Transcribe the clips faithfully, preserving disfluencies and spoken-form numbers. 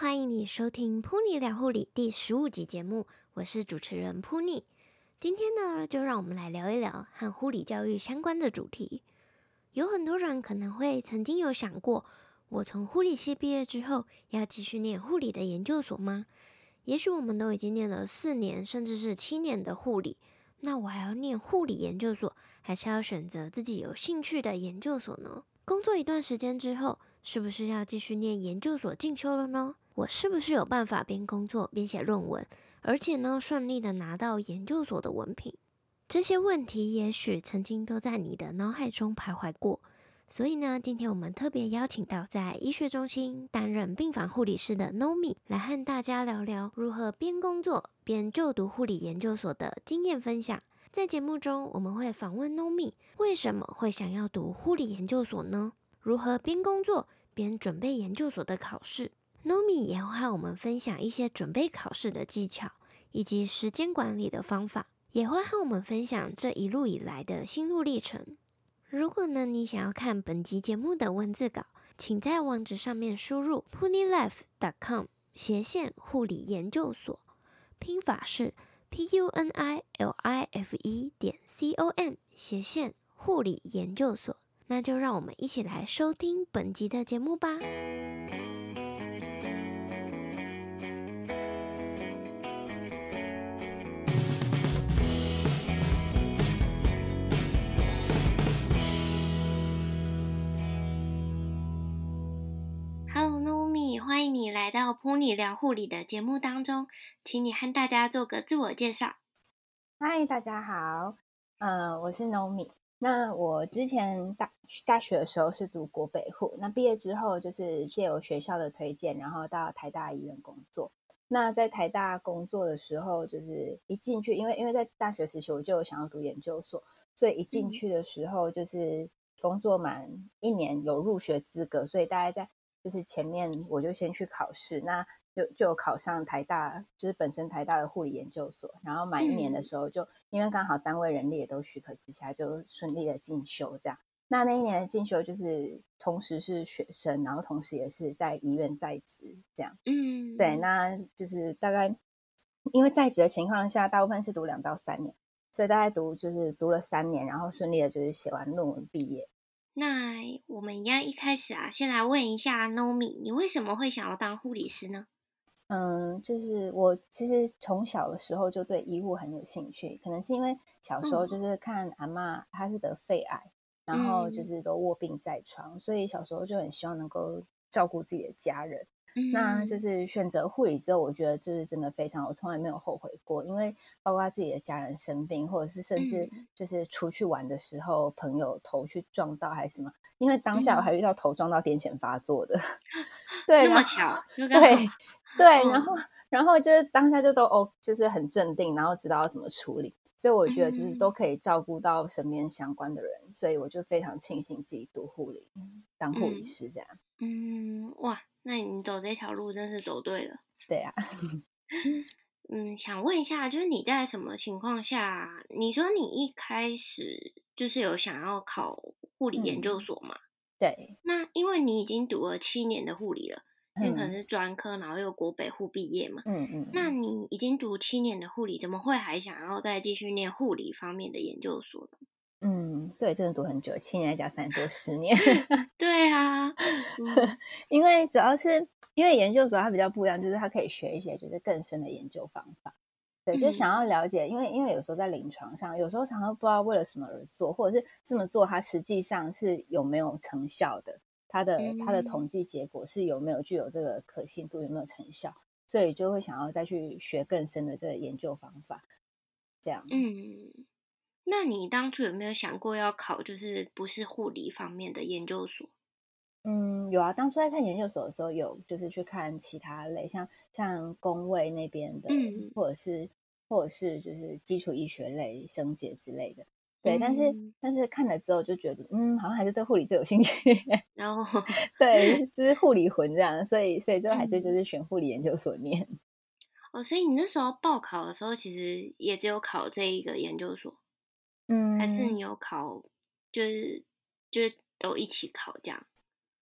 欢迎你收听噗妮聊护理第十五集节目，我是主持人噗妮。今天呢，就让我们来聊一聊和护理教育相关的主题。有很多人可能会曾经有想过，我从护理系毕业之后，要继续念护理的研究所吗？也许我们都已经念了四年，甚至是七年的护理，那我还要念护理研究所，还是要选择自己有兴趣的研究所呢？工作一段时间之后，是不是要继续念研究所进修了呢？我是不是有办法边工作边写论文，而且呢顺利的拿到研究所的文凭？这些问题也许曾经都在你的脑海中徘徊过，所以呢，今天我们特别邀请到在医学中心担任病房护理师的 Nomi 来和大家聊聊如何边工作边就读护理研究所的经验分享。在节目中，我们会访问 Nomi 为什么会想要读护理研究所呢？如何边工作边准备研究所的考试？Nomi 也会和我们分享一些准备考试的技巧，以及时间管理的方法，也会和我们分享这一路以来的心路历程。如果呢你想要看本集节目的文字稿，请在网址上面输入 punilife dot com 斜线护理研究所，拼法是 p u n i l i f e 点 c o m 斜线护理研究所。那就让我们一起来收听本集的节目吧。Hello Nomi， 欢迎你来到噗妮聊护理的节目当中，请你和大家做个自我介绍。 嗨，大家好，呃，我是 Nomi。那我之前大大学的时候是读国北护，那毕业之后就是借由学校的推荐，然后到台大医院工作。那在台大工作的时候，就是一进去，因为因为在大学时期我就有想要读研究所，所以一进去的时候就是工作满一年有入学资格，所以大概在就是前面我就先去考试，那就就有考上台大，就是本身台大的护理研究所，然后满一年的时候就，因为刚好单位人力也都许可之下，就顺利的进修这样。那那一年的进修就是同时是学生，然后同时也是在医院在职这样。 嗯， 对，那就是大概因为在职的情况下，大部分是读两到三年，所以大概读就是读了三年，然后顺利的就是写完论文毕业。 那我们一样一开始啊，先来问一下 Nomi， 你为什么会想要当护理师呢？ 嗯，就是我其实从小的时候就对医护很有兴趣，可能是因为小时候就嗯是看阿嬷她是得肺癌，然后就嗯是都卧病在床，所以小时候就很希望能够照顾自己的家人。那就嗯是选择护理之后，我觉得这是真的非常，我从来没有后悔过，因为包括自己的家人生病，或者是甚至嗯就是出去玩的时候，朋友头去撞到还是什么，因为当下我还嗯， 遇到头撞到癫痫发作的，对， 那然后么巧，就刚好， 对对，然后嗯然后就是当下就都哦，就是很镇定，然后知道要怎么处理，所以我觉得就是都嗯可以照顾到身边相关的人，所以我就非常庆幸自己读护理，当护理嗯师这样。 嗯，哇，那你走这条路真是走对了。 对啊， 嗯，想问一下，就是你在什么情况下？你说你一开始就是有想要考护理研究嗯， 所嘛？ 对， 那因为你已经读了七年的护理了，因为可能嗯是专科，然后又国北护毕业嘛。 嗯嗯那你已经读七年的护理，怎么会还想要再继续念护理方面的研究所呢？ 嗯，对，真的读很久，七年加三多十年， 对啊，嗯因为主要是因为研究所它比较不一样，就是它可以学一些就是更深的研究方法。对，就想要嗯了解，因为因为有时候在临床上，有时候常常不知道为了什么而做，或者是这么做它实际上是有没有成效的，它的它的嗯统计结果是有没有具有这个可信度，有没有成效，所以就会想要再去学更深的这个研究方法，这样。 嗯，那你当初有没有想过要考就是不是护理方面的研究所？ 嗯，有啊，当初在看研究所的时候，有就是去看其他类，像像公卫那边的， 嗯或者是或者是就是基础医学类、生检之类的。对，但是嗯， 但是看了之后就觉得，嗯，好像还是对护理最有兴趣。 然后对，就是护理魂这样，所以所以最后还是就嗯是选护理研究所念。 哦，所以你那时候报考的时候，其实也只有考这一个研究所，还是嗯， 你有考，就是就是都一起考这样？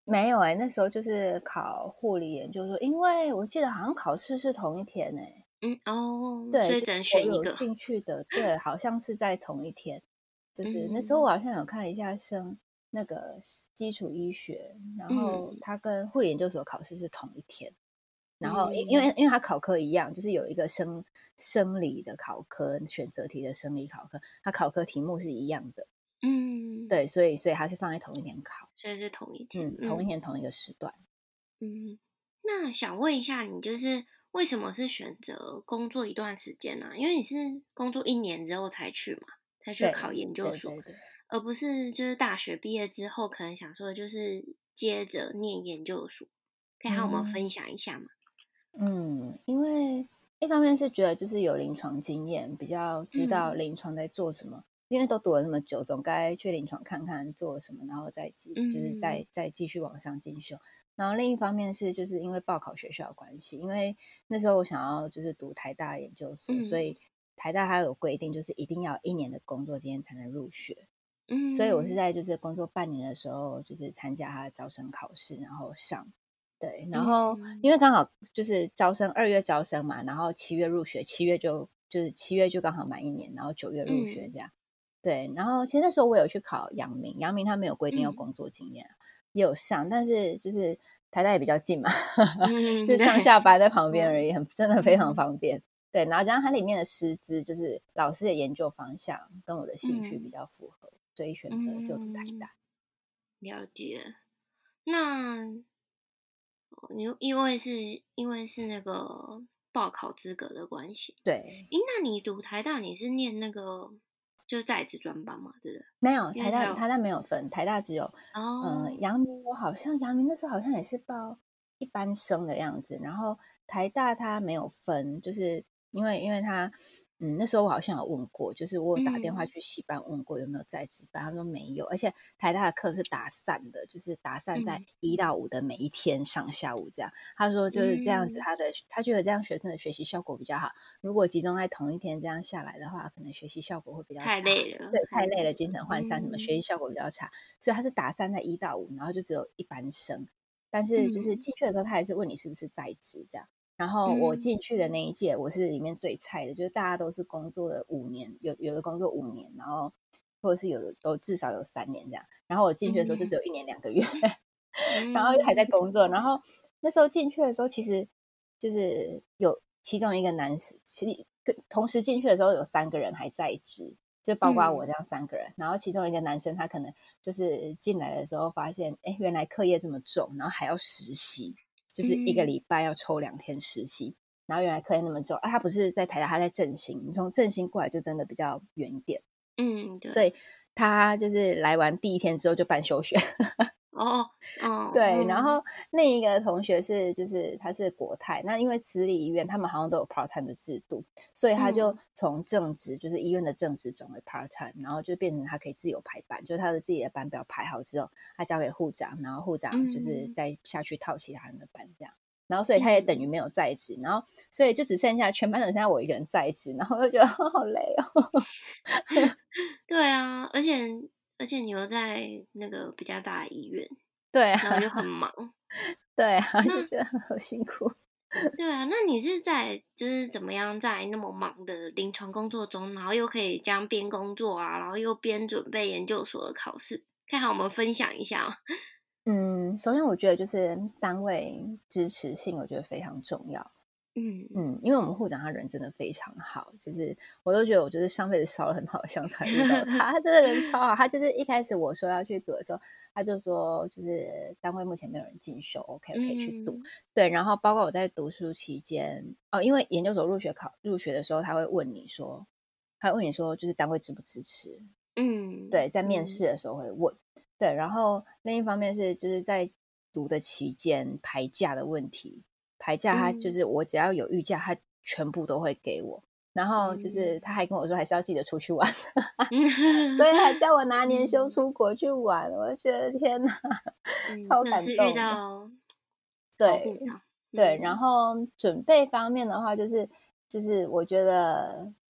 没有哎、欸，那时候就是考护理研究所，因为我记得好像考试是同一天哎、欸。 嗯，哦，所对，就以只能我选一个。 有兴趣的，对，好像是在同一天。就是那时候嗯我好像有看了一下生那个基础医学，然后嗯他跟护理研究所考试是同一天。然后因因为嗯因为他考科一样，就是有一个生生理的考科，选择题的生理考科，他考科题目是一样的。 嗯， 对，所以所以他是放在同一天考。 所以是同一天。 嗯，同一嗯天同一个时段。 嗯，那想问一下，你就是为什么是选择工作一段时间呢、啊？因为你是工作一年之后才去嘛，才去考对研究所， 对对对。 而不是就是大学毕业之后可能想说的就是接着念研究所，可以和我们嗯分享一下吗？ 嗯，因为一方面是觉得就是有临床经验，比较知道嗯临床在做什么，因为都读了那么久，总该去临床看看做什么，然后再继就是嗯再再继续往上进修。然后另一方面是就是因为报考学校的关系，因为那时候我想要就是读台大研究所，所嗯以台大它有规定，就是一定要一年的工作经验才能入学。所以我是嗯在就是工作半年的时候，就是参加他的招生考试，然后上。对，然后嗯因为刚好就是招生二月招生嘛，然后七月入学，七月就就是七月就刚好满一年，然后九月入学嗯这样。对，然后其实那时候我有去考阳明，阳明他没有规定要嗯工作经验，也有上，但是就是台大也比较近嘛， 嗯， 就是上对， 下班在旁边而嗯已，很真的非常嗯方便。对，然后加上它里面的师资，就是老师的研究方向跟我的兴趣比嗯较符合，所以选择就读台嗯， 大。 了解。那你因为是因为是那个报考资格的关系， 对， 诶，那你读台大你是念那个就是在职专班嘛，对不对？ 没有台因为它有大台大没有分，台大只有嗯、呃哦， 阳明，我好像阳明那时候好像也是报一般生的样子，然后台大它没有分，就是因为因为它嗯那时候我好像有问过，就是我有打电话嗯去系办问过有没有在职班，他说没有，而且台大的课是打散的，就是打散在嗯一到五的每一天上下午这样。他说就是这样子， 嗯他的他觉得这样学生的学习效果比较好。如果集中在同一天这样下来的话，可能学习效果会比较太差。 累了， 对，太太累了， 累了，精神涣散，什么学习嗯效果比较差，所以他是打散在一到五，然后就只有一般生。但是就是嗯进去的时候，他还是问你是不是在职这样。然后我嗯进去的那一届，我是里面最菜的，就是大家都是工作了五年，有有的工作五年，然后或者是有的都至少有三年这样。然后我进去的时候就嗯只有一年两个月，然后又还在嗯工作。然后那时候进去的时候，其实就是有其中一个男士，其实跟同时进去的时候有三个人还在职，就包括我嗯这样三个人。然后其中一个男生他可能就是进来的时候发现，哎，原来课业这么重，然后还要实习，就是一个嗯礼拜要抽两天实习。然后原来课业那么重啊，他不是在台大，他在振兴，你从振兴过来就真的比较远一点， 嗯，对， 所以他就是来完第一天之后就办休学。 哦哦对，然嗯后另一个同学是就是他是国泰，那因为私立医院他们好像都有 part time 的制度，所以他就嗯从正职就是医院的正职转为 part time，然后就变成他可以自由排班，就是他的自己的班表排好之后，他交给护长，然后护长就是嗯再下去套其他人的班这样。然后所以他也等于嗯。 没有在职，然后所以就只剩下全班只剩下我一个人在职，然后我就觉得好累哦。 对啊，而且而且你又在那个比较大的医院， 对啊， 然后又很忙， 对啊，就那觉得好辛苦。 对啊，那你是在就是怎么样在那么忙的临床工作中，然后又可以这样边工作啊，然后又边准备研究所的考试，可以和我们分享一下吗？ 嗯，首先我觉得就是单位支持性，我觉得非常重要。 嗯， 嗯，因为我们护长他人真的非常好，就是我都觉得我就是上辈子烧了很好的香才遇到他，他真的人超好。他就是一开始我说要去读的时候，他就说就是单位目前没有人进修，OK 可以去读。 嗯对，然后包括我在读书期间，哦，因为研究所入学考入学的时候，他会问你说，他会问你说就是单位支不支持， 嗯对，在面试嗯的时候会问。对，然后另一方面是就是在读的期间排假的问题，排假他就嗯是我只要有预假，他全部都会给我。然后就是嗯他还跟我说还是要记得出去玩，所以嗯还叫我拿年休嗯出国去玩，我就觉得天哪， 嗯， 超真的是遇感动的。 到好护对长， 对，然嗯后准备方面的话，就是就是我觉得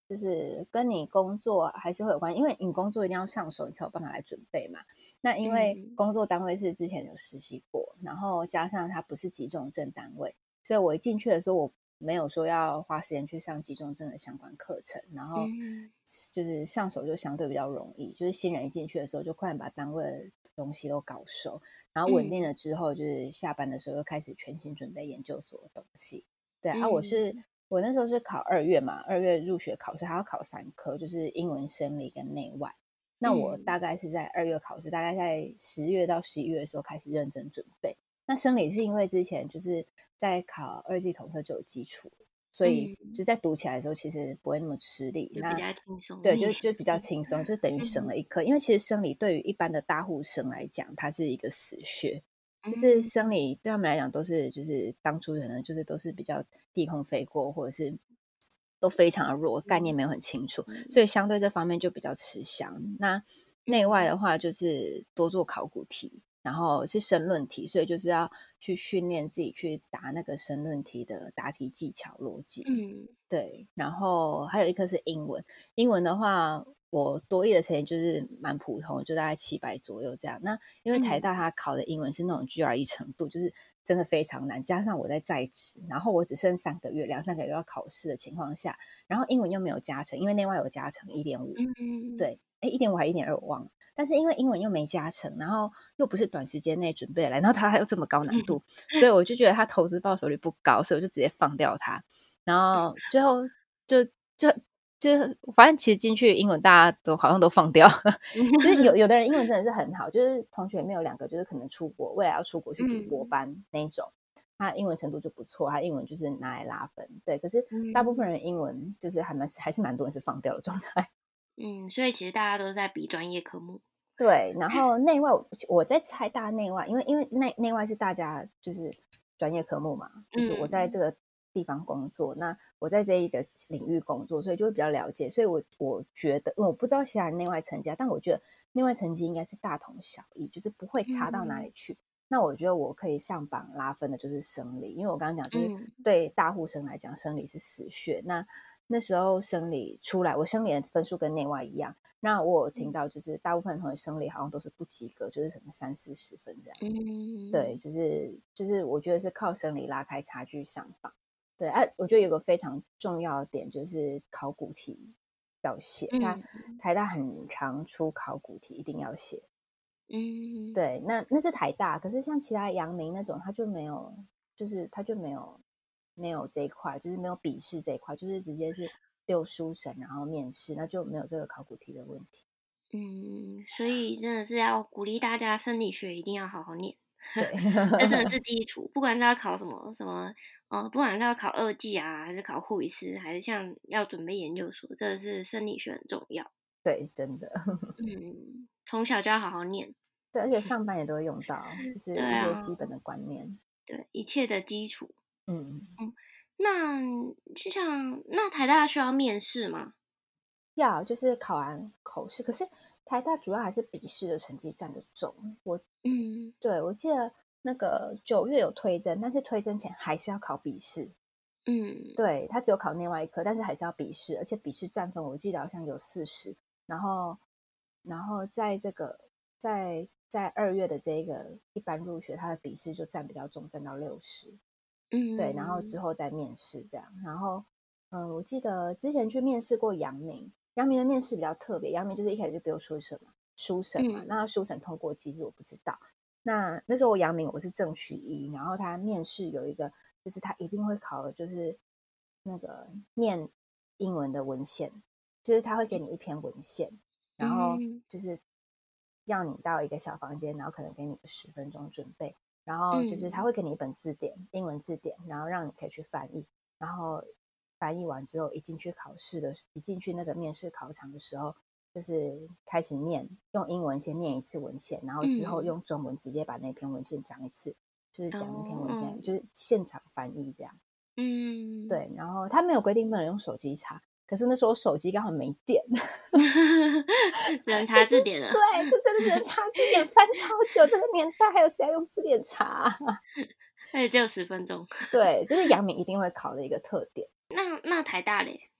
就是跟你工作还是会有关系，因为你工作一定要上手，你才有办法来准备嘛。那因为嗯工作单位是之前有实习过，然后加上它不是急重症单位，所以我一进去的时候，我没有说要花时间去上急重症的相关课程，然后嗯就是上手就相对比较容易，就是新人一进去的时候就快点把单位的东西都搞熟，然后稳定嗯了之后，就是下班的时候又开始全心准备研究所的东西。对啊，我是嗯我那时候是考二月嘛，二月入学考试还要考三科，就是英文、生理跟内外。那我嗯大概是在二月考试，大概在十月到十一月的时候开始认真准备。那生理是因为之前就是在考二技统测就有基础，所以嗯， 就在读起来的时候其实不会那么吃力。那就比较轻松对， 一点。 就就比较轻松，就等于省了嗯一科。因为其实生理对于一般的大护生来讲，它是一个死穴。就是嗯生理对他们来讲都是，就是当初可能就是都是比较低空飞过，或者是都非常的弱，概念没有很清楚， 嗯所以相对这方面就比较吃香。那内外的话，就是多做考古题，然后是申论题，所以就是要去训练自己去答那个申论题的答题技巧、逻辑。 嗯对，然后还有一科是英文，英文的话，我多益的成绩就是蛮普通，就大概七百左右这样。那因为台嗯大它考的英文是那种 G R E 程度，就是真的非常难，加上我在在职，然后我只剩三个月，两三个月要考试的情况下，然后英文又没有加成，因为内外有加成一点五， 嗯对，哎，一点五还一点二我忘了。但是因为英文又没加成，然后又不是短时间内准备来，然后它还有这么高难度，所以我就觉得它投资报酬率不高，所以我就直接放掉它。然后最后就就就反正其实进去英文大家都好像都放掉，就是有有的人英文真的是很好，就是同学里面有两个就是可能出国，未来要出国去读国嗯班那一种，他英文程度就不错，他英文就是拿来拉分，对。可是大部分嗯人英文就是还蛮还是蛮多人是放掉的状态。 嗯，所以其实大家都在比专业科目。 对，然后内外我在猜大内外，因为因为内内外是大家就是专业科目嘛，就是我在这嗯个地方工作，那我在这一个领域工作，所以就会比较了解，所以我我觉得我不知道其他人内外成绩啊，但我觉得内外成绩应该是大同小异，就是不会差到哪里嗯去。那我觉得我可以上榜拉分的就是生理，因为我刚刚讲就是嗯对大户生来讲，生理是死穴。那那时候生理出来，我生理的分数跟内外一样。那我有听到，就是大部分同学生理好像都是不及格，就是什么三四十分这样。对， 嗯就是就是我觉得是靠生理拉开差距上榜。对，啊，我觉得有个非常重要的点就是考古题要写，它嗯台大很常出考古题，一定要写。 嗯对，那那是台大，可是像其他阳明那种，他就没有，就是他就没有没有这一块，就是没有笔试这一块，就是直接是丢书审，然后面试，那就没有这个考古题的问题。 嗯，所以真的是要鼓励大家，生理学一定要好好念。 对， 这真的是基础，不管是要考什么什么，呃，不管是要考二技啊，还是考护理师，还是像要准备研究所，真的是生理学很重要。 对，真的， 嗯，从小就要好好念。 对，而且上班也都会用到，就是一些对啊， 基本的观念。 对，一切的基础。 嗯， 嗯，那就像那台大需要面试吗？ 要就是考完口试，可是台大主要还是笔试的成绩占得重。我嗯对我记得那个九月有推甄，但是推甄前还是要考笔试。 嗯对，他只有考另外一科，但是还是要笔试，而且笔试占分我记得好像有四十，然后然后在这个在在二月的这个一般入学，他的笔试就占比较重，占到六十。对，然后之嗯后再面试这样，然后嗯，我记得之前去面试过阳明，阳明的面试比较特别，阳明就是一开始就丢书审嘛，书审嘛， 嗯那书审通过机制我不知道。那那时候我阳明我是正取一，然后他面试有一个就是他一定会考的就是那个念英文的文献，就是他会给你一篇文献，然后嗯就是让你到一个小房间，然后可能给你个十分钟准备，然后就是他嗯会给你一本字典，英文字典，然后让你可以去翻译，然后翻译完之后，一进去考试的，一进去那个面试考场的时候，就是开始念，用英文先念一次文献，然后之后嗯， 用中文直接把那篇文献讲一次，就是讲那篇文献， 哦， 就是现场翻译这样。 嗯， 对，然后他没有规定不能用手机查，可是那时候我手机刚好没电， 只能就是查字典了。 对，就真的只能查字典翻超久，这个年代还有谁要用字典查啊？ 而且只有十分钟。 对，这是阳明一定会考的一个特点。 那那台大嘞？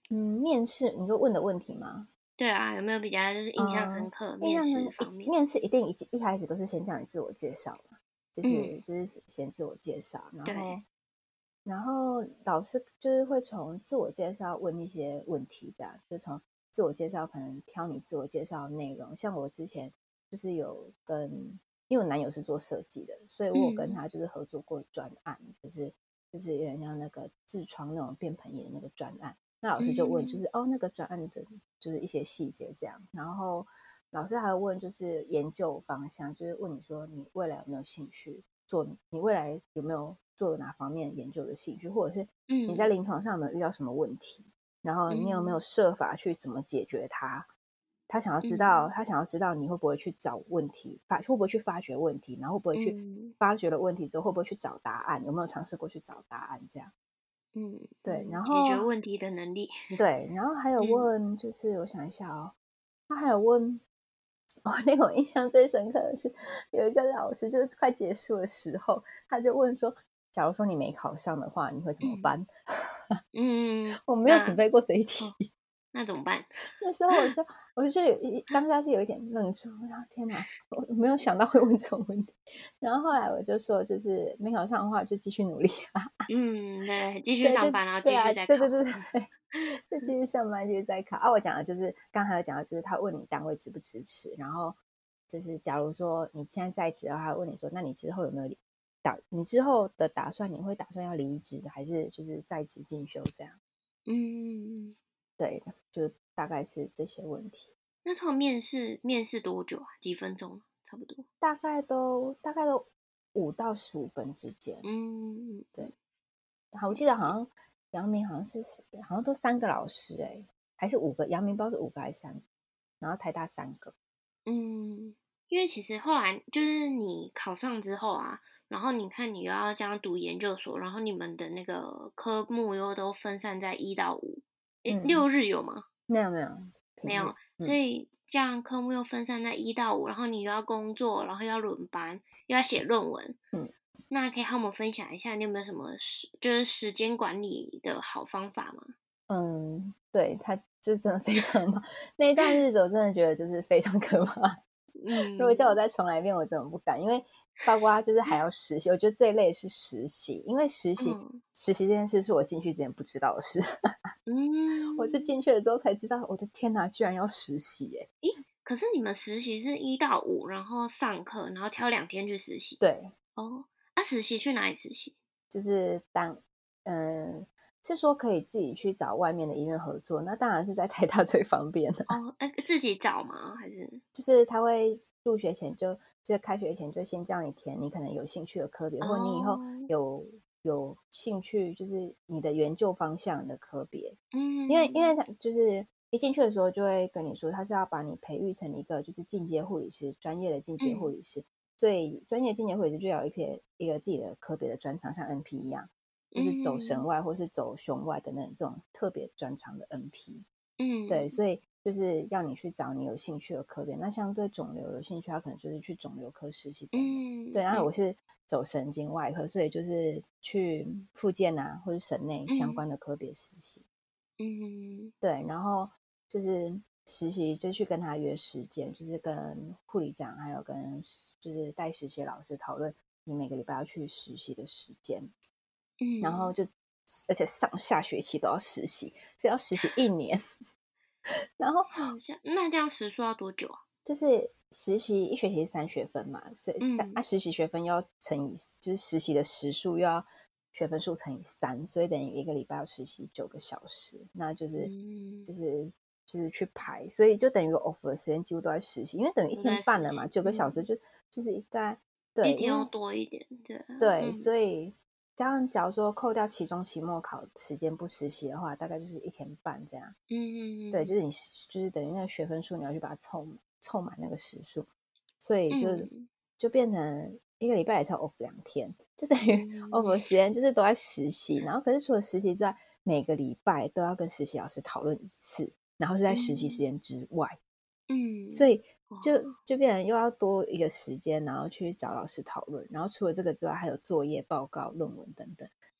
嗯，面试你说问的问题吗？ 对啊，有没有比较就是印象深嗯， 刻面印象中一试方面？ 面试一定一一开始都是先叫你自我介绍嘛，就嗯， 是就是先自我介绍，然对， 后然后老师就是会从自我介绍问一些问题，这样就从自我介绍可能挑你自我介绍的内容。像我之前就是有跟，因为我男友是做设计的，所以我有跟嗯他就是合作过专案，就是就是有点像那个痔疮那种变盆炎那个专案。那老师就问，就嗯是哦那个专案的就是一些细节这样，然后老师还有问就是研究方向，就是问你说你未来有没有兴趣做，你未来有没有做哪方面研究的兴趣，或者是你在嗯临床上有没有遇到什么问题，然后你有没有嗯设法去怎么解决它。他想要知道， 嗯他想要知道你会不会去找问题，发会不会去发掘问题，然后会不会去嗯发掘了问题之后会不会去找答案，有没有尝试过去找答案这样。 嗯对， 嗯， 然后解决问题的能力。 对，然后还有嗯问，就是我想一下哦，他还有问，哦，令我印象最深刻的是，有一个老师就是快结束的时候，他就问说，假如说你没考上的话，你会怎么嗯办？ 嗯， 我没有准那备过这一题， 哦，那怎么办？ 那时候我就我就有一当下是有一点愣住，然后天哪，我没有想到会问这种问题。然后后来我就说，就是没考上的话，就继续努力啊。 嗯，对，继续对，就上班，然后继对啊， 续再考。 对对对对对，就继续上班，继续再考啊。我讲的就是刚才有讲的，就是他问你单位支不支持，然后就是假如说你现在在职的话，他问你说，那你之后有没有打，你之后的打算，你会打算要离职，还是就是在职进修这样？ 嗯， 对，就大概是这些问题， 那通常面试面试多久啊？几分钟？差不多。 大概都大概都五到十五分之间。 嗯对，好，我记得好像阳明好像是好像都三个老师哎、欸，还是五个？阳明不知道是五个还是三个，然后台大三个。 嗯，因为其实后来就是你考上之后啊，然后你看你又要这样读研究所，然后你们的那个科目又都分散在一到五，诶， 嗯， 六日有吗？ 没有没有，平日。 没有，所嗯以这样科目又分散在一到五，然后你又要工作，然后又要轮班，又要写论文。 嗯那可以和我们分享一下，你有没有什么时就是时间管理的好方法吗？ 嗯，对，他就真的非常忙。那一段日子我真的觉得就是非常可怕。如果叫我嗯再重来一遍，我真的不敢，因为包括就是还要实习，我觉得最累的是实习，因为实习嗯实习这件事是我进去之前不知道的事。我是嗯， 进去了之后才知道，我的天哪，居然要实习耶！ 咦，可是你们实习是一到五，然后上课，然后挑两天去实习对， 哦。啊，实习去哪里实习？ 就是当嗯，是说可以自己去找外面的医院合作，那当然是在台大最方便了。 哦，哎、自己找吗？还是？ 就是他会入学前就就是开学前就先叫你填你可能有兴趣的科别，或你以后哦， 有有兴趣就是你的研究方向的科别。因为因为嗯他就是一进去的时候就会跟你说，他是要把你培育成一个就是进阶护理师，专业的进阶护嗯理师。所以专业进阶护理师就要有一篇一个自己的科别的专长，像 N P 一样，就是走神嗯外或是走胸外的那种这种特别专长的 N P。对， 嗯所以就是要你去找你有兴趣的科别。那相对肿瘤有兴趣，他可能就是去肿瘤科实习等等。对，然后我嗯嗯是走神经外科，所以就是去复健啊或者省内相嗯关的科别实习。 嗯对，然后就是实习就去跟他约时间，就是跟护理长还有跟就是带实习的老师讨论你每个礼拜要去实习的时间，然后嗯， 就而且上下学期都要实习，所以要实习一年。然后上下那这样时数要多久啊？ 就是实习一学期是三学分嘛，所以在啊嗯实习学分又要乘以，就是实习的时数又要学分数乘以三，所以等于一个礼拜要实习九个小时，那就是嗯， 就是就是去排，所以就等于我 off 的时间几乎都在实习，因为等于一都天半了嘛， 在实习， 九个小时嗯， 就就是在对， 一天要因为多一点，对啊， 对， 嗯所以这样假如说扣掉期中、期末考时间不实习的话，大概就是一天半这样。对，就嗯是你就是等于那个学分数，你要去把它凑满凑满那个时数，所以就嗯就变成一个礼拜也才 off 两天，就等于 off 嗯的时间就是都在实习。然后可是除了实习之外，每个礼拜都要跟实习老师讨论一次，然后是在实习时嗯间之外，所嗯， 以哇， 就就变成又要多一个时间，然后去找老师讨论。然后除了这个之外，还有作业、报告、论文等等。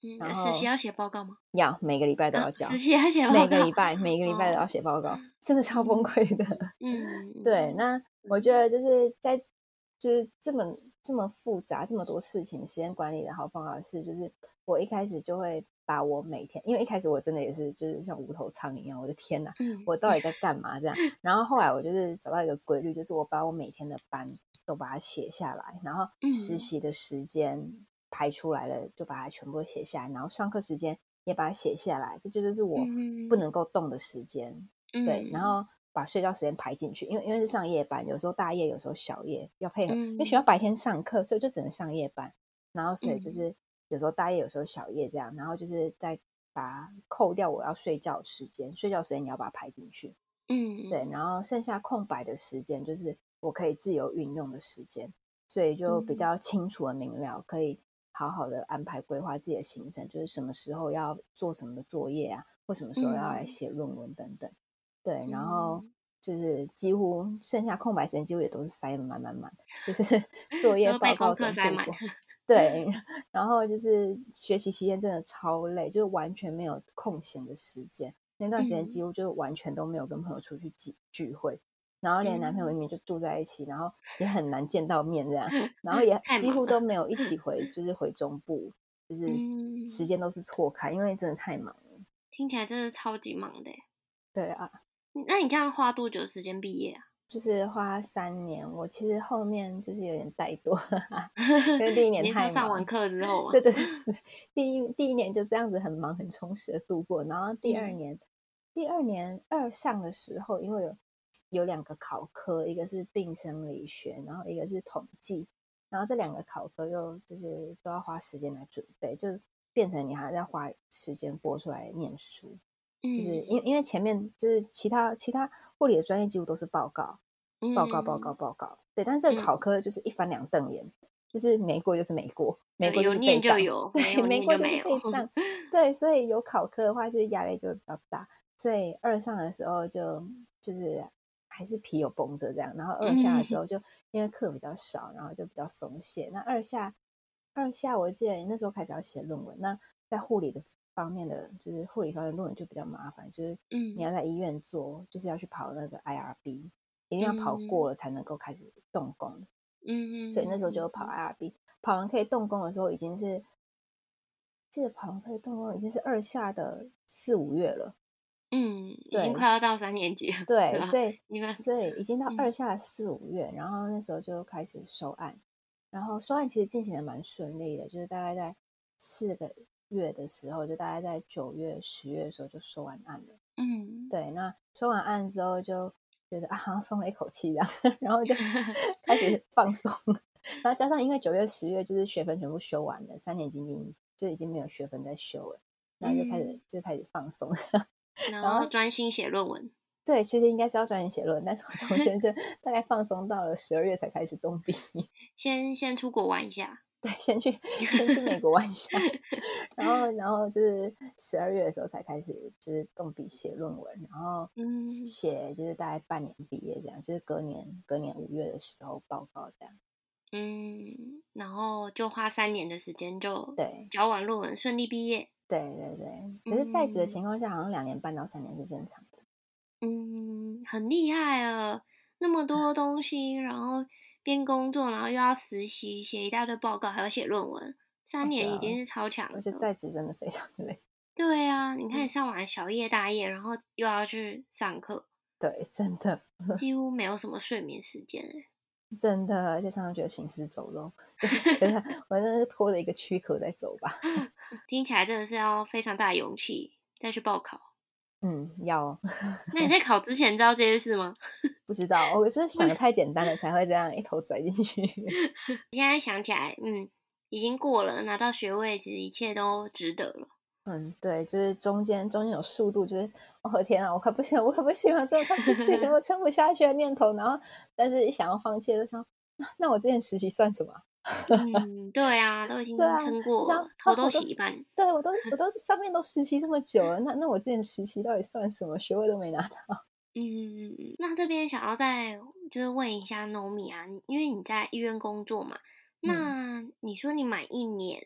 嗯， 然后实习要写报告吗？ 要每个礼拜都要啊， 交， 实习要写报告， 每个礼拜每个礼拜都要哦， 写报告，真的超崩溃的。 嗯对， 嗯那我觉得就是在就是这么这么复杂这么多事情，时间管理的好方法是，就是我一开始就会把我每天，因为一开始我真的也是就是像无头苍蝇一样，我的天哪， 嗯我到底在干嘛这样？然后后来我就是找到一个规律，就是我把我每天的班都把它写下来，然后实嗯习的时间排出来了，就把它全部写下来，然后上课时间也把它写下来，这就是我不嗯能够动的时间。对，然嗯后把睡觉时间排进去，因为因为是上夜班，有时候大夜，有时候小夜要配合，因为学校嗯白天上课，所以就只能上夜班，然后所以就嗯是有时候大夜，有时候小夜这样，然后就是再把它扣掉我要睡觉的时间，睡觉时间你要把它排进去，对， 嗯然后剩下空白的时间就是我可以自由运用的时间，所以就比嗯较清楚的明了，可以好好的安排规划自己的行程，就是什么时候要做什么的作业啊，或什么时候要来嗯写论文等等。对，然后嗯， 就是几乎剩下空白时间几乎也都是塞满满满，就是作业都被功报告课塞满， 中度过。对，然后就是学习期间真的超累，就是完全没有空闲的时间。那段时间几嗯乎就完全都没有跟朋友出去聚聚会，然后连男朋友明嗯， 明就住在一起，然后也很难见到面这样，然后也几乎太忙了， 都没有一起回，就是回中部，就是时嗯， 间都是错开，因为真的太忙了。 听起来真的超级忙的耶。 对啊， 那你这样花多久时间毕业啊？ 就是花三年，我其实后面就是有点怠惰，因为第一年你是说太忙。 上完课之后吗？ 对对对，第一第一年就这样子很忙很充实的度过，然后第二嗯年，第二年二上的时候，因为有有两个考科，一个是病生理学，然后一个是统计，然后这两个考科又就是都要花时间来准备，就变成你还要花时间拨出来念书。就是因为嗯因为前面就是其他其他护理的专业几乎都是报告，报告报告嗯报告，对，但是这个考嗯， 科就是一翻两瞪眼，就是没过就是没过，没对， 过就有是被当， 念就有，没对， 有没过就是念就没有。 被当，对，所以有考科的话，就是压力就会比较大，所以二上的时候就就是还是皮有绷着这样，然后二下的时嗯候就因为课比较少，然后就比较松懈。那二下二下我记得那时候开始要写论文，那在护理的方面的就是护理方面的论文就比较麻烦，就是你嗯要在医院做，就是要去跑那个 I R B，一定要跑过嗯了才能够开始动工。所以那时候就跑嗯嗯 I R B，跑完可以动工的时候已经是，记得跑完可以动工已经是二下的四五月了。 嗯，已经对快要到三年级了，对对， 啊， 所以应该， 所以已经到二嗯下的四五月，然后那时候就开始收案，然后收案其实进行的蛮顺利的，就是大概在四个月的时候，就大概在九月、十月的时候就收完案了。 嗯， 对，那收完案之后就觉得啊，好像松了一口气这样，然后就开始放松。然后加上因为九月、十月就是学分全部修完了，三年级已经就已经没有学分在修了，然后就开始嗯， 就开始放松。 然然后后专心写论文。 对，其实应该是要专心写论文，但是我中间就大概放松到了十二月才开始动笔。 先先出国玩一下。 对，先去先去美国玩一下，然后然后就是十二月的时候才开始就是动笔写论文，然后嗯写就是大概半年毕业这样，就是隔年隔年五月的时候报告这样。 嗯，然后就花三年的时间就对交完论文，顺利毕业。 对对对，可是在职的嗯情况下，好像两年半到三年是正常的。 嗯，很厉害啊，那么多东西，然后边工作，然后又要实习，写一大堆报告，还要写论文，三哦，对啊， 年已经是超强的了。 我觉得在职真的非常累。 对啊，你看你上完小夜大夜，然后又要去上课， 对，真的几乎没有什么睡眠时间欸。 真的，而且常常觉得行尸走肉，就是觉得我真的是拖着一个躯壳在走吧。 听起来真的是要非常大的勇气再去报考。 嗯，要那你在考之前知道这些事吗？ 不知道，我就是想的太简单了，才会这样一头栽进去。 现在想起来，嗯，已经过了，拿到学位，其实一切都值得了。 嗯，对，就是中间中间有速度，就是我、哦、天啊，我快不行了，我快不行了，真的快不行了，我撑不下去的念头。然后，但是一想要放弃，就想，那那我之前实习算什么？ 嗯，对啊，都已对啊， 经撑就想过了，头啊， 都我都洗一半。 对我都我都上面都实习这么久了，那那我之前实习到底算什么？学位都没拿到。 嗯，那这边想要再就是问一下 Nomi 啊，因为你在医院工作嘛， 嗯那你说你满一年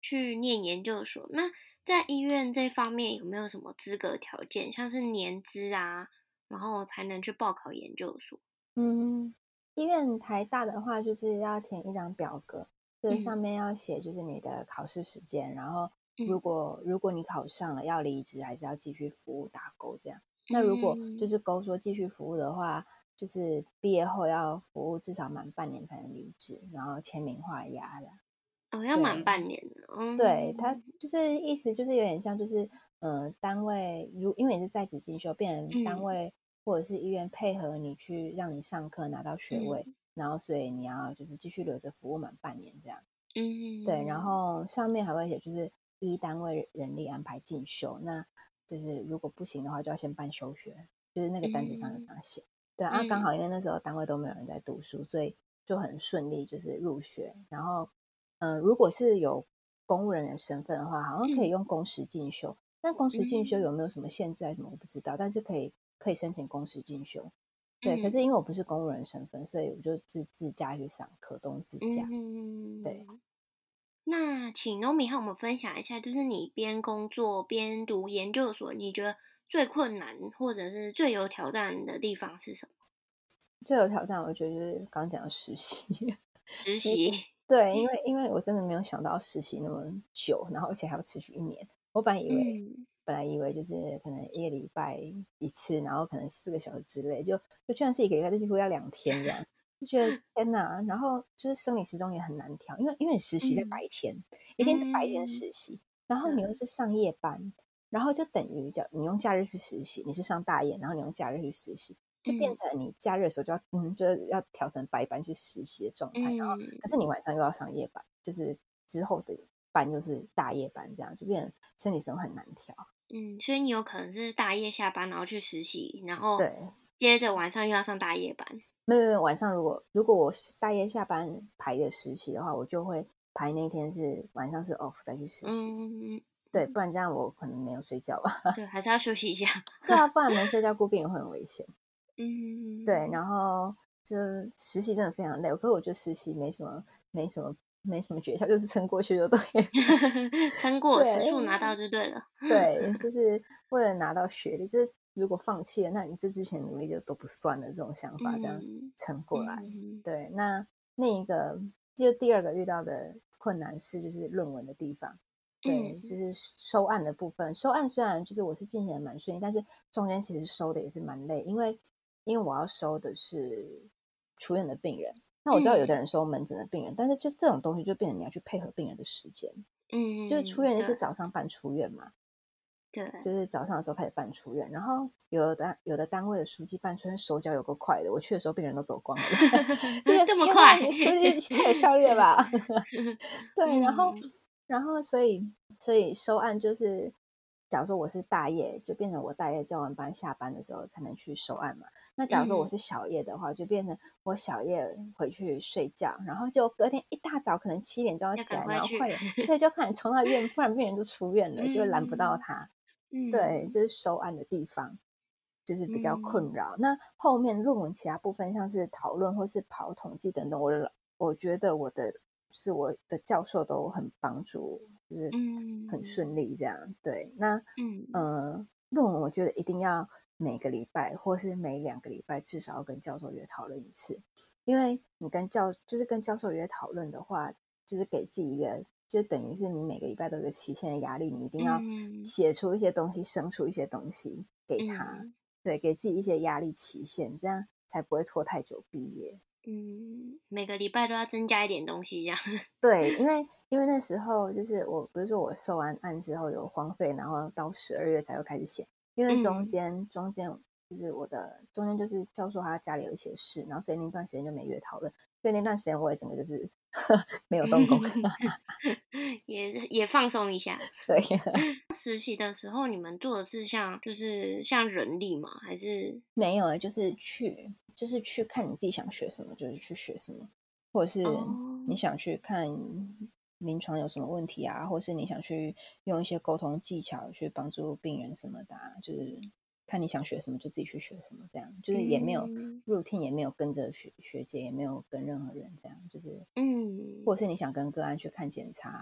去念研究所。那在医院这方面有没有什么资格条件，像是年资啊，然后才能去报考研究所？ 嗯，医院台大的话，就是要填一张表格，就是上嗯面要写就是你的考试时间，然后如嗯果如果你考上了要离职，还是要继续服务打勾这样。那如果就嗯， 是勾说继续服务的话，就是毕业后要服务至少满半年才能离职，然后签名画押的。 哦，要满对， 半年的， 对，他嗯就是意思就是有点像，就是呃，单位如因为你是在职进修，变成单嗯位或者是医院配合你去让你上课拿到学位， 嗯然后所以你要就是继续留着服务满半年这样。对，然嗯后上面还会写就是依单位人力安排进修，那就是如果不行的话就要先办休学，就是那个单子上有这嗯样写。对啊，刚嗯好因为那时候单位都没有人在读书，所以就很顺利，就是入学。然后，嗯、呃如果是有公务人员身份的话，好像可以嗯用公时进修。但公时进修嗯有没有什么限制还是什么我不知道，但是可以可以申请公时进修。对，可是嗯因为我不是公务人身份，所以我就自自驾去上课，都自驾。对。 嗯。那请 Nomi 和我们分享一下，就是你边工作边读研究所，你觉得最困难或者是最有挑战的地方是什么？ 最有挑战，我觉得就是刚刚讲的实习。实实习。 对，因为因为我真的没有想到实习那么久，然后而且还要持续一年。我本来以为， 嗯本来以为就是可能一个礼拜一次，然后可能四个小时之类，就就居然是一个礼拜，就几乎要两天这样，就觉得天哪！然后就是生理时钟也很难调，因为因为你实习在嗯白天，一定在白天嗯， 实习，然后你又对， 是上夜班，然后就等于叫你用假日去实习，你是上大夜，然后你用假日去实习，就变嗯成你假日的时候就要嗯，就是要调成白班去实习的状态，然后可是嗯你晚上又要上夜班，就是之后的班又是大夜班，这样就变成生理时钟很难调。 嗯，所以你有可能是大夜下班，然后去实习，然后对， 接着晚上又要上大夜班。 没有没有，晚上如果如果我是大夜下班排的实习的话，我就会排那天是晚上是 off 再去实习。 嗯， 对，不然这样我可能没有睡觉吧。 对，还是要休息一下。 对啊，不然没睡觉顾病人会很危险。对， 嗯， 然后就实习真的非常累，可是我觉得实习没什么没什么没什么诀窍，就是撑过去就对了。 撑过时数拿对到就对了。 对，就是为了拿到学历，就是如果放弃了，那你这之前努力就都不算了，这种想法这样嗯撑过来。 嗯对，那那一个就第二个遇到的困难是就是论文的地方。对， 嗯就是收案的部分。收案虽然就是我是进行的蛮顺利，但是中间其实收的也是蛮累，因为因为我要收的是出院的病人。那我知道有的嗯人收门诊的病人，但是就这种东西就变成你要去配合病人的时间。就是出嗯， 院就是对早上办出院嘛， 对， 就是早上的时候开始办出院，然后有的单有的单位的书记办出院手脚有够快的，我去的时候病人都走光了，就是这么天哪， 快。 你书记太有效率了吧？对，然后嗯然后所以所以收案就是，假如说我是大夜，就变成我大夜交完班下班的时候才能去收案嘛。那假如说我嗯， 是小夜的话，就变成我小夜回去睡觉，然后就隔天一大早可能七点就要要起来， 赶快去。 然后快点，对，就快点冲到医院，不然病人就出院了，就会拦不到嗯他。对， 嗯就是收案的地方，就是比较困嗯扰。那后面论文其他部分，像是讨论或是跑统计等等，我的我觉得我的是我的教授都很帮助我，就是很顺嗯利这样。对，那嗯呃，论文我觉得一定要每个礼拜或是每两个礼拜至少要跟教授约讨论一次，因为你跟教就是跟教授约讨论的话，就是给自己一个，就等于是你每个礼拜都有个期限的压力，你一定要嗯写出一些东西，生出一些东西给他， 嗯对，给自己一些压力期限，这样才不会拖太久毕业。 嗯，每个礼拜都要增加一点东西，这样。 对，因为因为那时候就是我不是说我收完案之后有荒废，然后到十二月才会开始写，因为中嗯间中间就是我的中间就是教授他家里有一些事，然后所以那段时间就没约讨论，所以那段时间我也整个就是没有动工。 也也放松一下。 对， 实习的时候，你们做的是像就是像人力吗？还是没有，就是去就是去看你自己想学什么，就是去学什么，或者是你哦？ 想去看临床有什么问题啊，或是你想去用一些沟通技巧去帮助病人什么的啊，就是看你想学什么就自己去学什么，这样就是也没有嗯 routine，也没有跟着学学姐，也没有跟任何人这样，就是嗯或者是你想跟个案去看检查啊，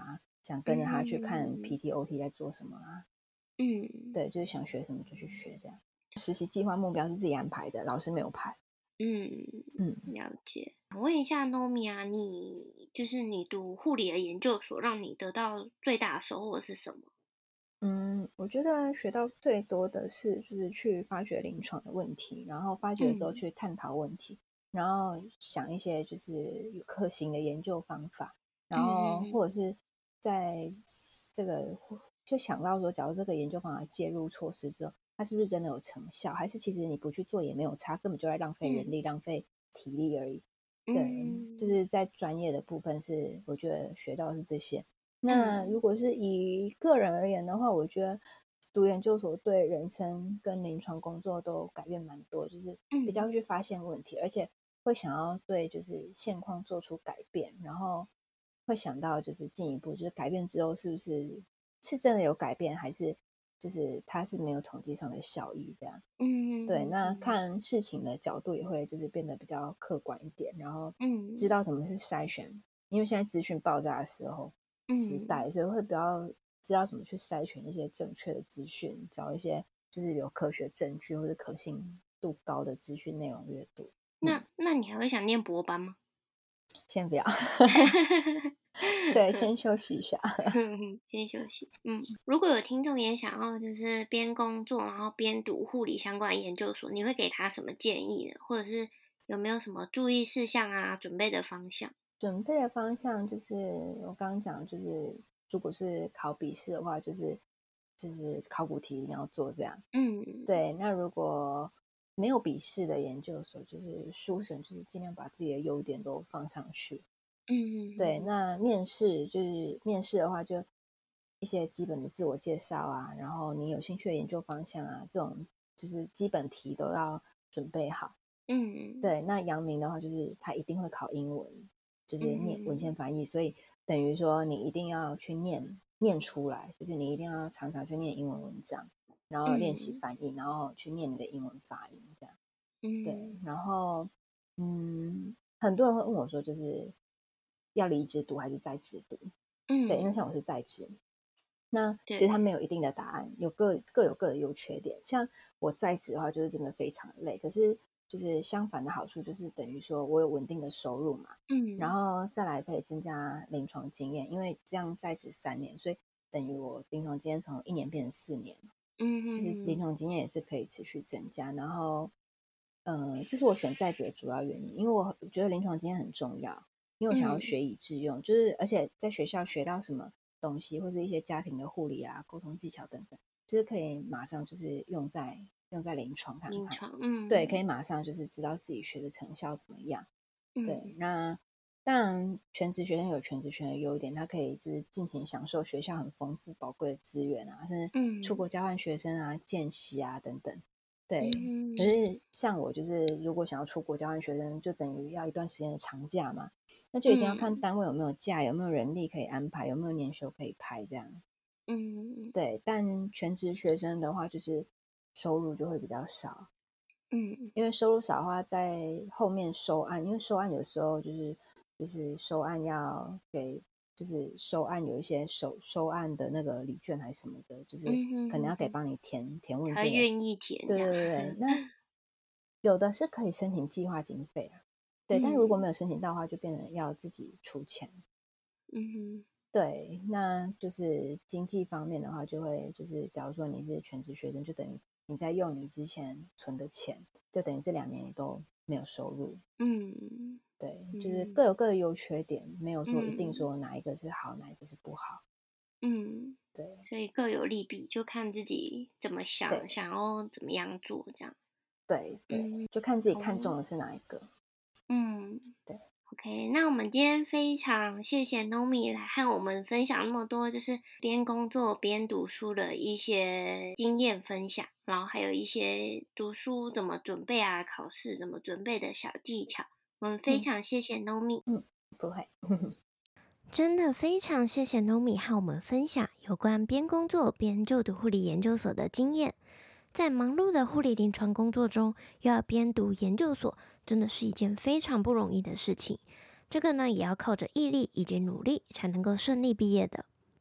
想跟着他去看嗯 P T O T 在做什么啊。 嗯对，就是想学什么就去学这样。实习计划目标是自己安排的，老师没有排。 嗯， 嗯了解。我问一下 Nomi 啊，你就是你读护理的研究所，让你得到最大的收获是什么？ 嗯，我觉得学到最多的是就是去发掘临床的问题，然后发掘的时候嗯去探讨问题，然后想一些就是有可行的研究方法，然后嗯或者是在这个就想到说，假如这个研究方法介入措施之后，它是不是真的有成效，还是其实你不去做也没有差，根本就在浪费人力、浪费体力而已。对，就嗯是在专业的部分是我觉得学到的是这些。那如嗯果是以个人而言的话，我觉得读研究所对人生跟临床工作都改变蛮多，就是比较嗯会去发现问题，而且会想要对就是现况做出改变，然后会想到就是进一步就是改变之后是不是是真的有改变，还是就是它是没有统计上的效益这样。对，那嗯看事情的角度也会就是变得比较客观一点，然后知嗯道怎么去筛选，因为现在资讯爆炸的时候时嗯代，所以会比较知道怎么去筛选一些正确的资讯，找一些就是有科学证据或者可信度高的资讯内容阅读。嗯， 那那你还会想念博班吗？ 先不要，对，先休息一下。 先休息。嗯，如果有听众也想要就是边工作然后边读护理相关研究所，你会给他什么建议呢？或者是有没有什么注意事项啊，准备的方向？ 准备的方向就是我刚刚讲，就是如果是考笔试的话，就是就是考古题一定要做这样。 嗯对，那如果没有笔试的研究所，就是书审，就是尽量把自己的优点都放上去。对， 嗯那面试就是面试的话，就一些基本的自我介绍啊，然后你有兴趣的研究方向啊，这种就是基本题都要准备好。 嗯对，那阳明的话，就是他一定会考英文，就是念文献嗯翻译，所以等于说你一定要去念念出来，就是你一定要常常去念英文文章，然后练习嗯翻译，然后去念你的英文发音，这样。对， 嗯然后嗯，很多人会问我说，就是要离职读还是在职读？对，因为像嗯， 我是在职，那其实它对， 没有一定的答案，有各各有各的优缺点。像我在职的话，就是真的非常累，可是就是相反的好处就是等于说我有稳定的收入嘛，然嗯后再来可以增加临床经验，因为这样在职三年，所以等于我临床经验从一年变成四年，就是临嗯床经验也是可以持续增加。然后，呃，这是我选在职的主要原因，因为我觉得临床经验很重要，因为我想要嗯学以致用，就是而且在学校学到什么东西，或是一些家庭的护理啊、沟通技巧等等，就是可以马上就是用在用在临床看看。 临床， 对，可以嗯马上就是知道自己学的成效怎么样。对， 嗯那当然全职学生有全职学生的优点，他可以就是尽情享受学校很丰富宝贵的资源啊，甚至出嗯国交换学生啊、见习啊等等。对，可嗯是像我就是如果想要出国交换学生，就等于要一段时间的长假嘛，那就一定要看嗯单位有没有假，有没有人力可以安排，有没有年休可以排这样。 嗯对，但全职学生的话，就是收入就会比较少， 嗯因为收入少的话，在后面收案，因为收案有时候就是就是收案要给，就是收案有一些收收案的那个礼券还是什么的，就是可能要给嗯， 帮你填填问他卷的。 愿意填对这样， 对对对，那有的是可以申请计划经费啊，对，但如果没嗯有申请到的话，就变成要自己出钱。 嗯对，那就是经济方面的话，就会就是假如说你是全职学生，就等于你在用你之前存的钱，就等于这两年你都没有收入。 嗯对，就是嗯各有各的优缺点，没有说一定嗯说哪一个是好，哪一个是不好。 嗯， 对所以各有利弊，就看自己怎么想， 对想要怎么样做这样。 对对， 嗯， 就看自己好哦， 看中的是哪一个。 嗯。 对， OK，那我们今天非常谢谢 Nomi 来和我们分享那么多，就是边工作边读书的一些经验分享，然后还有一些读书怎么准备啊，考试怎么准备的小技巧。我们非嗯常谢谢 Nomi。 嗯，不会。 真的非常谢谢 Nomi 和我们分享有关边工作边就读护理研究所的经验。在忙碌的护理临床工作中，又要边读研究所，真的是一件非常不容易的事情。这个呢，也要靠着毅力以及努力才能够顺利毕业的。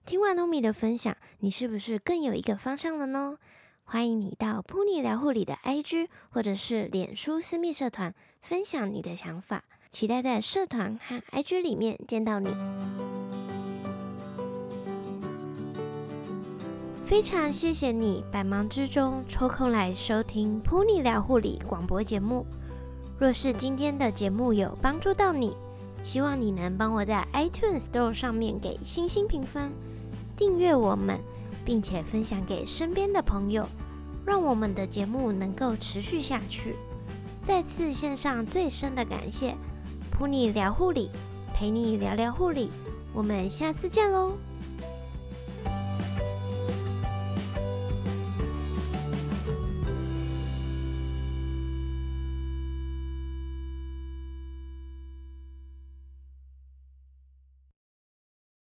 听完 Nomi 的分享，你是不是更有一个方向了呢？欢迎你到噗妮聊护理的 I G 或者是脸书私密社团分享你的想法，期待在社团和 I G 里面见到你。非常谢谢你百忙之中抽空来收听噗妮聊护理广播节目。若是今天的节目有帮助到你，希望你能帮我在 iTunes Store 上面给星星评分，订阅我们，并且分享给身边的朋友，让我们的节目能够持续下去。再次献上最深的感谢，噗妮聊护理，陪你聊聊护理，我们下次见喽。